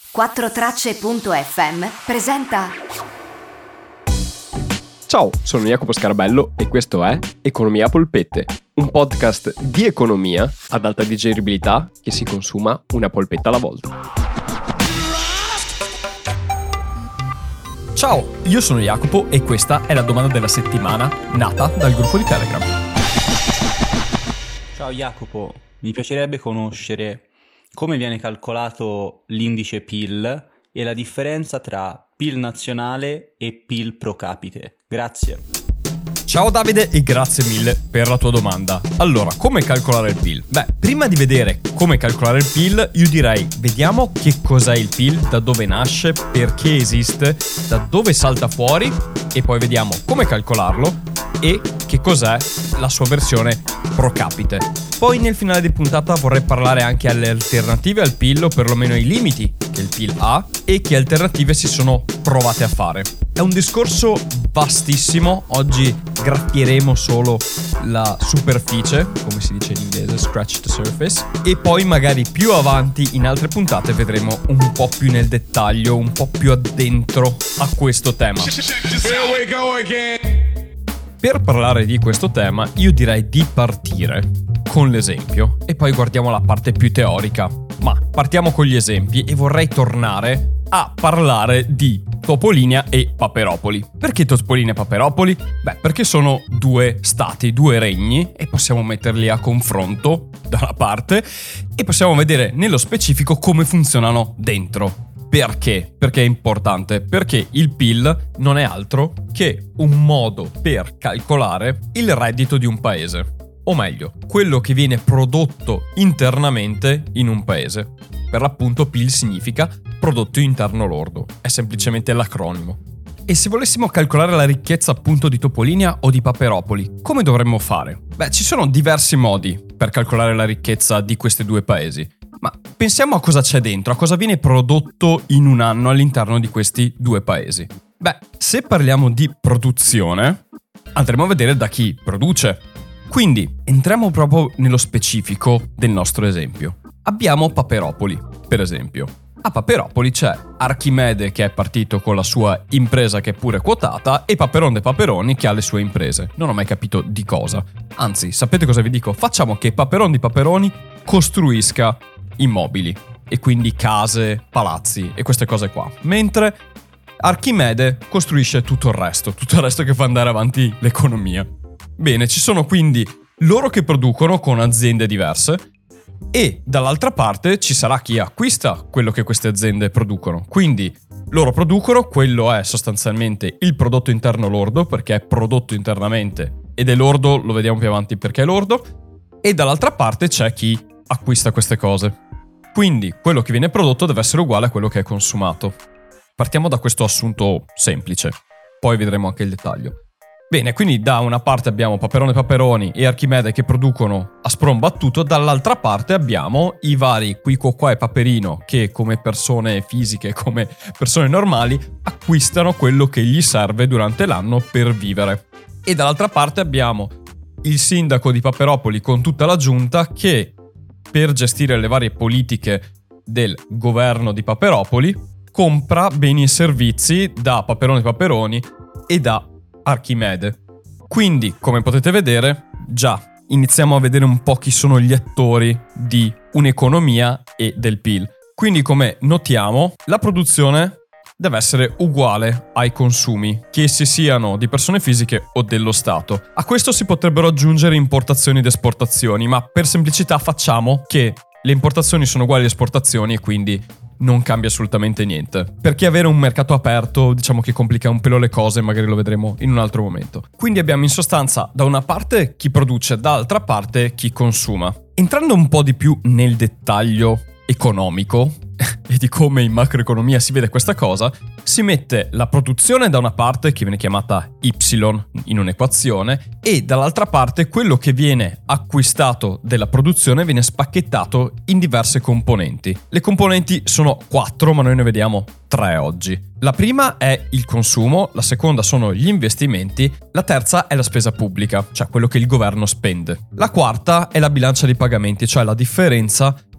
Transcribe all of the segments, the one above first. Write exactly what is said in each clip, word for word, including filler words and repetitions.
quattro tracce punto effe emme presenta. Ciao, sono Jacopo Scarabello e questo è Economia a polpette, un podcast di economia ad alta digeribilità che si consuma una polpetta alla volta. Ciao, io sono Jacopo e questa è la domanda della settimana nata dal gruppo di Telegram. Ciao Jacopo, mi piacerebbe conoscere come viene calcolato l'indice P I L e la differenza tra P I L nazionale e P I L pro capite. Grazie. Ciao Davide e grazie mille per la tua domanda. Allora, come calcolare il P I L? Beh, prima di vedere come calcolare il P I L, io direi vediamo che cos'è il P I L, da dove nasce, perché esiste, da dove salta fuori e poi vediamo come calcolarlo e che cos'è la sua versione pro capite. Poi nel finale di puntata vorrei parlare anche alle alternative al P I L, o perlomeno ai limiti che il P I L ha e che alternative si sono provate a fare. È un discorso vastissimo, oggi graffieremo solo la superficie, come si dice in inglese, scratch the surface, e poi magari più avanti in altre puntate vedremo un po' più nel dettaglio, un po' più addentro a questo tema. Per parlare di questo tema io direi di partire con l'esempio e poi guardiamo la parte più teorica. Ma partiamo con gli esempi e vorrei tornare a parlare di Topolinia e Paperopoli. Perché Topolinia e Paperopoli? Beh, perché sono due stati, due regni e possiamo metterli a confronto da una parte e possiamo vedere nello specifico come funzionano dentro. Perché? Perché è importante? Perché il P I L non è altro che un modo per calcolare il reddito di un paese. O meglio, quello che viene prodotto internamente in un paese. Per l'appunto P I L significa prodotto interno lordo, è semplicemente l'acronimo. E se volessimo calcolare la ricchezza appunto di Topolinia o di Paperopoli, come dovremmo fare? Beh, ci sono diversi modi per calcolare la ricchezza di questi due paesi. Ma pensiamo a cosa c'è dentro, a cosa viene prodotto in un anno all'interno di questi due paesi. Beh, se parliamo di produzione, andremo a vedere da chi produce. Quindi entriamo proprio nello specifico del nostro esempio. Abbiamo Paperopoli, per esempio. A Paperopoli c'è Archimede che è partito con la sua impresa che è pure quotata e Paperon de Paperoni che ha le sue imprese. Non ho mai capito di cosa. Anzi, sapete cosa vi dico? Facciamo che Paperon di Paperoni costruisca immobili e quindi case, palazzi e queste cose qua. Mentre Archimede costruisce tutto il resto, tutto il resto che fa andare avanti l'economia. Bene, ci sono quindi loro che producono con aziende diverse e dall'altra parte ci sarà chi acquista quello che queste aziende producono. Quindi loro producono, quello è sostanzialmente il prodotto interno lordo perché è prodotto internamente ed è lordo, lo vediamo più avanti perché è lordo, e dall'altra parte c'è chi acquista queste cose. Quindi quello che viene prodotto deve essere uguale a quello che è consumato. Partiamo da questo assunto semplice, poi vedremo anche il dettaglio. Bene, quindi da una parte abbiamo Paperone Paperoni e Archimede che producono a spron battuto, dall'altra parte abbiamo i vari Quico qua e Paperino che come persone fisiche, come persone normali, acquistano quello che gli serve durante l'anno per vivere. E dall'altra parte abbiamo il sindaco di Paperopoli con tutta la giunta che per gestire le varie politiche del governo di Paperopoli compra beni e servizi da Paperone Paperoni e da Archimede. Quindi, come potete vedere, già iniziamo a vedere un po' chi sono gli attori di un'economia e del P I L. Quindi, come notiamo, la produzione deve essere uguale ai consumi, che essi siano di persone fisiche o dello Stato. A questo si potrebbero aggiungere importazioni ed esportazioni, ma per semplicità facciamo che le importazioni sono uguali alle esportazioni e quindi non cambia assolutamente niente. Perché avere un mercato aperto, diciamo che complica un pelo le cose, magari lo vedremo in un altro momento. Quindi abbiamo in sostanza da una parte chi produce, dall'altra parte chi consuma. Entrando un po' di più nel dettaglio economico e di come in macroeconomia si vede questa cosa, si mette la produzione da una parte, che viene chiamata Y in un'equazione, e dall'altra parte quello che viene acquistato della produzione viene spacchettato in diverse componenti. Le componenti sono quattro, ma noi ne vediamo tre oggi. La prima è il consumo, la seconda sono gli investimenti, la terza è la spesa pubblica, cioè quello che il governo spende. La quarta è la bilancia dei pagamenti, cioè la differenza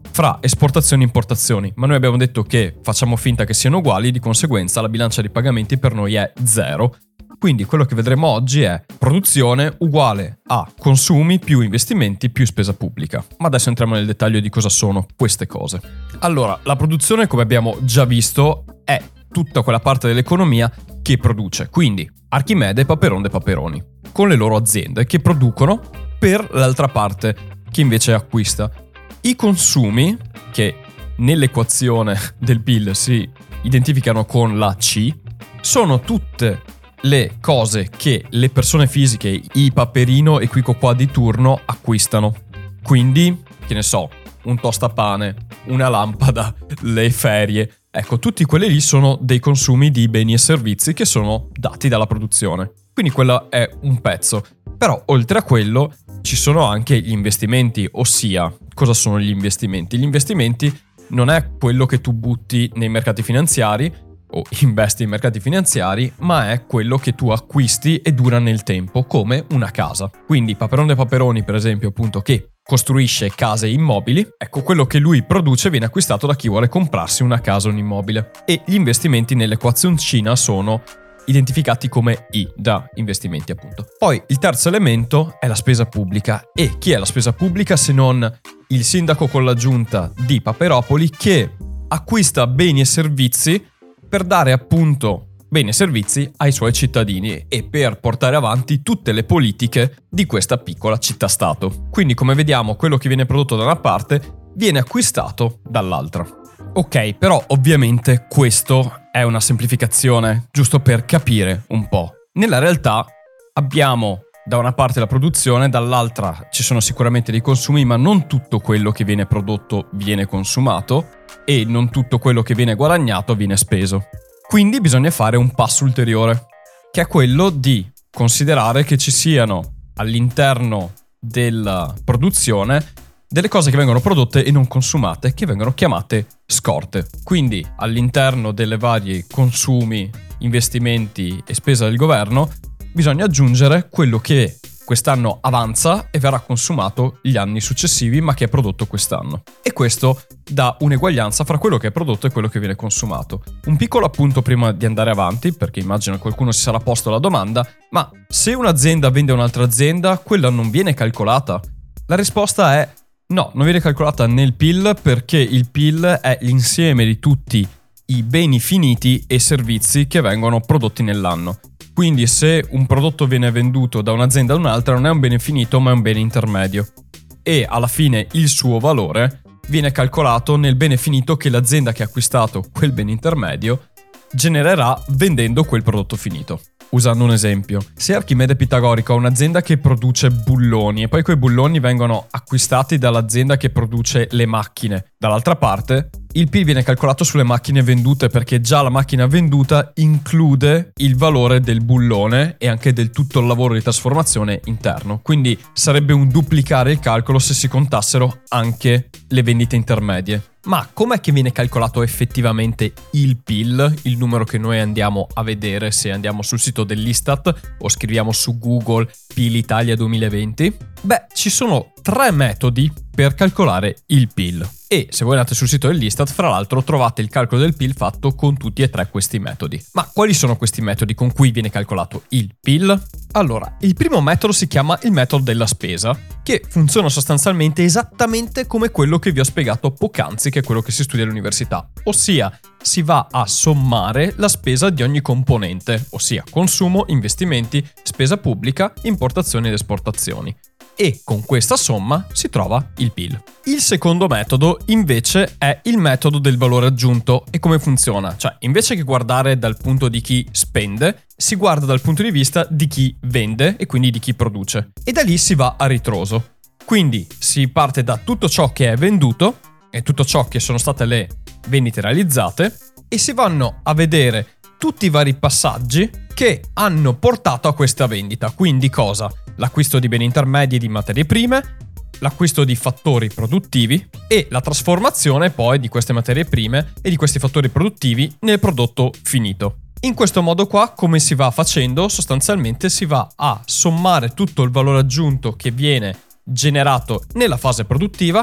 fra esportazioni e importazioni, ma noi abbiamo detto che facciamo finta che siano uguali, di conseguenza la bilancia dei pagamenti per noi è zero. Quindi quello che vedremo oggi è produzione uguale a consumi più investimenti più spesa pubblica. Ma adesso entriamo nel dettaglio di cosa sono queste cose. Allora, la produzione, come abbiamo già visto, è tutta quella parte dell'economia che produce. Quindi Archimede, Paperon de Paperoni, con le loro aziende che producono per l'altra parte che invece acquista. I consumi, che nell'equazione del P I L si identificano con la C, sono tutte le cose che le persone fisiche, i Paperino e Quico qua di turno acquistano. Quindi, che ne so, un tostapane, una lampada, le ferie. Ecco, tutti quelli lì sono dei consumi di beni e servizi che sono dati dalla produzione. Quindi quello è un pezzo. Però oltre a quello ci sono anche gli investimenti, ossia, cosa sono gli investimenti? Gli investimenti non è quello che tu butti nei mercati finanziari o investi in mercati finanziari, ma è quello che tu acquisti e dura nel tempo, come una casa. Quindi Paperon de Paperoni, per esempio, appunto, che costruisce case e immobili, ecco, quello che lui produce viene acquistato da chi vuole comprarsi una casa o un immobile. E gli investimenti nell'equazioncina sono identificati come I, da investimenti appunto. Poi il terzo elemento è la spesa pubblica. E chi è la spesa pubblica se non il sindaco con la giunta di Paperopoli, che acquista beni e servizi per dare appunto beni e servizi ai suoi cittadini e per portare avanti tutte le politiche di questa piccola città-stato. Quindi, come vediamo, quello che viene prodotto da una parte viene acquistato dall'altra. Ok, però ovviamente questo è una semplificazione, giusto per capire un po'. Nella realtà abbiamo da una parte la produzione, dall'altra ci sono sicuramente dei consumi, ma non tutto quello che viene prodotto viene consumato e non tutto quello che viene guadagnato viene speso. Quindi bisogna fare un passo ulteriore, che è quello di considerare che ci siano all'interno della produzione delle cose che vengono prodotte e non consumate, che vengono chiamate scorte. Quindi all'interno delle varie consumi, investimenti e spesa del governo bisogna aggiungere quello che quest'anno avanza e verrà consumato gli anni successivi, ma che è prodotto quest'anno. E questo dà un'eguaglianza fra quello che è prodotto e quello che viene consumato. Un piccolo appunto prima di andare avanti, perché immagino che qualcuno si sarà posto la domanda: ma se un'azienda vende un'altra azienda, quella non viene calcolata? La risposta è no, non viene calcolata nel P I L, perché il P I L è l'insieme di tutti i beni finiti e servizi che vengono prodotti nell'anno. Quindi se un prodotto viene venduto da un'azienda ad un'altra non è un bene finito, ma è un bene intermedio. E alla fine il suo valore viene calcolato nel bene finito che l'azienda che ha acquistato quel bene intermedio genererà vendendo quel prodotto finito. Usando un esempio, se Archimede Pitagorico ha un'azienda che produce bulloni e poi quei bulloni vengono acquistati dall'azienda che produce le macchine, dall'altra parte il P I L viene calcolato sulle macchine vendute, perché già la macchina venduta include il valore del bullone e anche del tutto il lavoro di trasformazione interno. Quindi sarebbe un duplicare il calcolo se si contassero anche le vendite intermedie. Ma com'è che viene calcolato effettivamente il P I L, il numero che noi andiamo a vedere se andiamo sul sito dell'Istat o scriviamo su Google P I L Italia duemilaventi? Beh, ci sono tre metodi per calcolare il P I L. E se voi andate sul sito dell'Istat, fra l'altro, trovate il calcolo del P I L fatto con tutti e tre questi metodi. Ma quali sono questi metodi con cui viene calcolato il P I L? Allora, il primo metodo si chiama il metodo della spesa, che funziona sostanzialmente esattamente come quello che vi ho spiegato poc'anzi, che è quello che si studia all'università. Ossia, si va a sommare la spesa di ogni componente, ossia consumo, investimenti, spesa pubblica, importazioni ed esportazioni. E con questa somma si trova il P I L. Il secondo metodo invece è il metodo del valore aggiunto. E come funziona? Cioè, invece che guardare dal punto di chi spende, si guarda dal punto di vista di chi vende e quindi di chi produce. E da lì si va a ritroso. Quindi si parte da tutto ciò che è venduto e tutto ciò che sono state le vendite realizzate e si vanno a vedere tutti i vari passaggi che hanno portato a questa vendita. Quindi cosa? L'acquisto di beni intermedi e di materie prime, l'acquisto di fattori produttivi e la trasformazione poi di queste materie prime e di questi fattori produttivi nel prodotto finito. In questo modo qua, come si va facendo? Sostanzialmente si va a sommare tutto il valore aggiunto che viene generato nella fase produttiva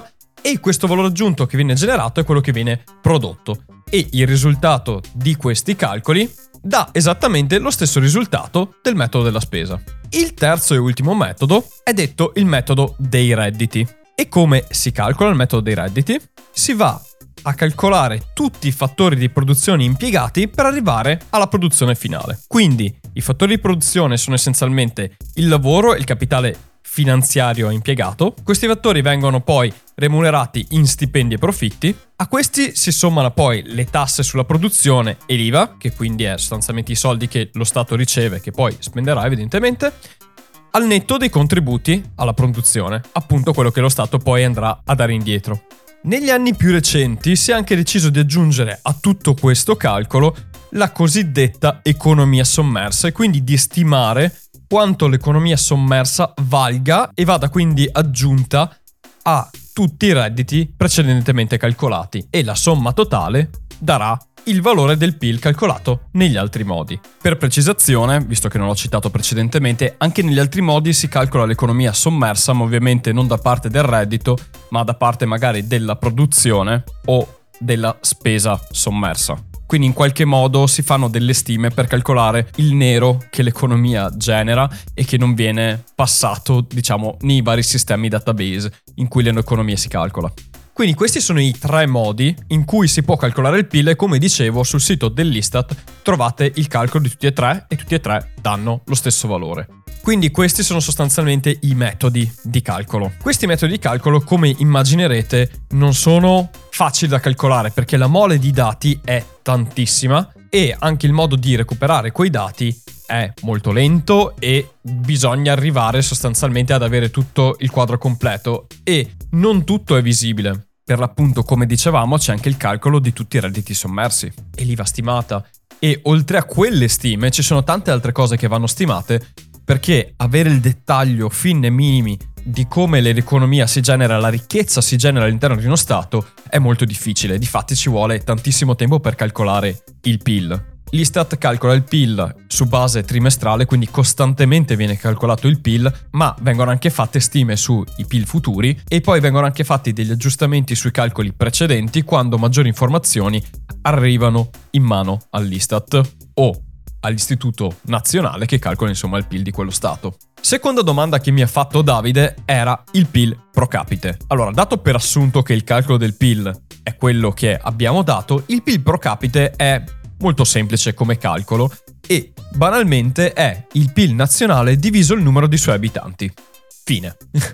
e questo valore aggiunto che viene generato è quello che viene prodotto e il risultato di questi calcoli dà esattamente lo stesso risultato del metodo della spesa. Il terzo e ultimo metodo è detto il metodo dei redditi. E come si calcola il metodo dei redditi? Si va a calcolare tutti i fattori di produzione impiegati per arrivare alla produzione finale. Quindi i fattori di produzione sono essenzialmente il lavoro e il capitale finanziario impiegato. Questi fattori vengono poi remunerati in stipendi e profitti. A questi si sommano poi le tasse sulla produzione e l'I V A, che quindi è sostanzialmente i soldi che lo Stato riceve, che poi spenderà evidentemente, al netto dei contributi alla produzione, appunto quello che lo Stato poi andrà a dare indietro. Negli anni più recenti si è anche deciso di aggiungere a tutto questo calcolo la cosiddetta economia sommersa e quindi di stimare quanto l'economia sommersa valga e vada quindi aggiunta a tutti i redditi precedentemente calcolati e la somma totale darà il valore del P I L calcolato negli altri modi. Per precisazione, visto che non l'ho citato precedentemente, anche negli altri modi si calcola l'economia sommersa, ma ovviamente non da parte del reddito, ma da parte magari della produzione o della spesa sommersa. Quindi in qualche modo si fanno delle stime per calcolare il nero che l'economia genera e che non viene passato, diciamo, nei vari sistemi database in cui l'economia si calcola. Quindi questi sono i tre modi in cui si può calcolare il P I L e come dicevo sul sito dell'Istat trovate il calcolo di tutti e tre e tutti e tre danno lo stesso valore. Quindi questi sono sostanzialmente i metodi di calcolo. Questi metodi di calcolo, come immaginerete, non sono facili da calcolare perché la mole di dati è tantissima e anche il modo di recuperare quei dati è molto lento e bisogna arrivare sostanzialmente ad avere tutto il quadro completo e non tutto è visibile. Per l'appunto, come dicevamo, c'è anche il calcolo di tutti i redditi sommersi e l'I V A stimata. E oltre a quelle stime ci sono tante altre cose che vanno stimate perché avere il dettaglio fin nei minimi di come l'economia si genera, la ricchezza si genera all'interno di uno Stato è molto difficile. Difatti ci vuole tantissimo tempo per calcolare il P I L. L'Istat calcola il P I L su base trimestrale, quindi costantemente viene calcolato il P I L, ma vengono anche fatte stime sui P I L futuri e poi vengono anche fatti degli aggiustamenti sui calcoli precedenti quando maggiori informazioni arrivano in mano all'Istat o all'Istituto Nazionale che calcola insomma il P I L di quello Stato. Seconda domanda che mi ha fatto Davide era il P I L pro capite. Allora, dato per assunto che il calcolo del P I L è quello che abbiamo dato, il P I L pro capite è molto semplice come calcolo e banalmente è il P I L nazionale diviso il numero di suoi abitanti. Fine.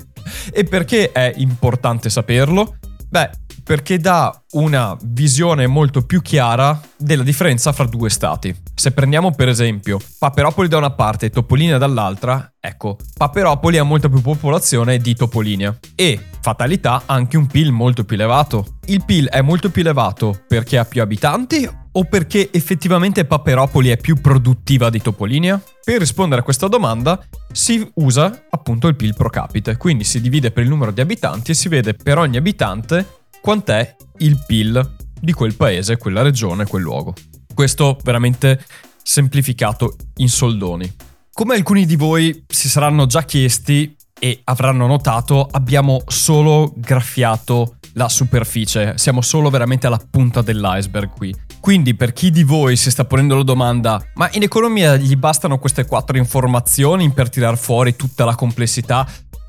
E perché è importante saperlo? Beh, perché dà una visione molto più chiara della differenza fra due stati. Se prendiamo per esempio Paperopoli da una parte e Topolinia dall'altra, ecco, Paperopoli ha molta più popolazione di Topolinia e, fatalità, anche un P I L molto più elevato. Il P I L è molto più elevato perché ha più abitanti o perché effettivamente Paperopoli è più produttiva di Topolinia? Per rispondere a questa domanda si usa appunto il P I L pro capite, quindi si divide per il numero di abitanti e si vede per ogni abitante quant'è il P I L di quel paese, quella regione, quel luogo. Questo veramente semplificato in soldoni. Come alcuni di voi si saranno già chiesti e avranno notato, abbiamo solo graffiato la superficie, siamo solo veramente alla punta dell'iceberg qui. Quindi per chi di voi si sta ponendo la domanda, ma in economia gli bastano queste quattro informazioni per tirar fuori tutta la complessità?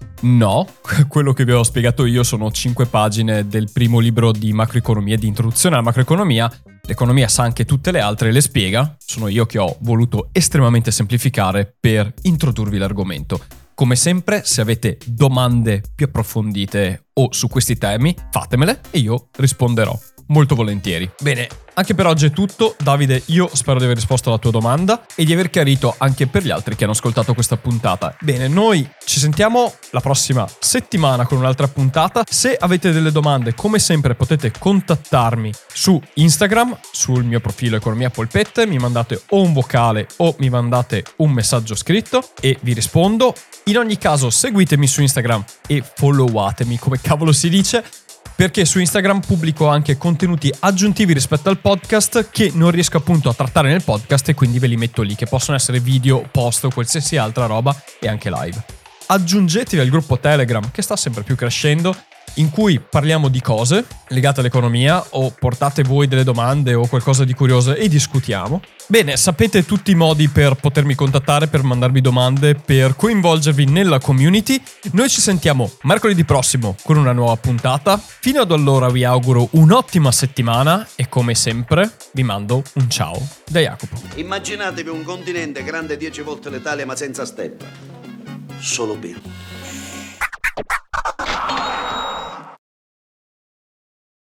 No, quello che vi ho spiegato io sono cinque pagine del primo libro di macroeconomia, di introduzione alla macroeconomia. L'economia sa anche tutte le altre, le spiega. Sono io che ho voluto estremamente semplificare per introdurvi l'argomento. Come sempre, se avete domande più approfondite o su questi temi, fatemele e io risponderò molto volentieri. Bene, anche per oggi è tutto. Davide, io spero di aver risposto alla tua domanda e di aver chiarito anche per gli altri che hanno ascoltato questa puntata. Bene, noi ci sentiamo la prossima settimana con un'altra puntata. Se avete delle domande, come sempre potete contattarmi su Instagram, sul mio profilo Economia Polpette, mi mandate o un vocale o mi mandate un messaggio scritto e vi rispondo. In ogni caso seguitemi su Instagram e followatemi, come cavolo si dice, perché su Instagram pubblico anche contenuti aggiuntivi rispetto al podcast che non riesco appunto a trattare nel podcast e quindi ve li metto lì, che possono essere video, post o qualsiasi altra roba e anche live. Aggiungetevi al gruppo Telegram che sta sempre più crescendo in cui parliamo di cose legate all'economia o portate voi delle domande o qualcosa di curioso e discutiamo. Bene, sapete tutti i modi per potermi contattare, per mandarmi domande, per coinvolgervi nella community. Noi ci sentiamo mercoledì prossimo con una nuova puntata. Fino ad allora vi auguro un'ottima settimana e come sempre vi mando un ciao da Jacopo. Immaginatevi un continente grande dieci volte l'Italia ma senza steppa. Solo birra.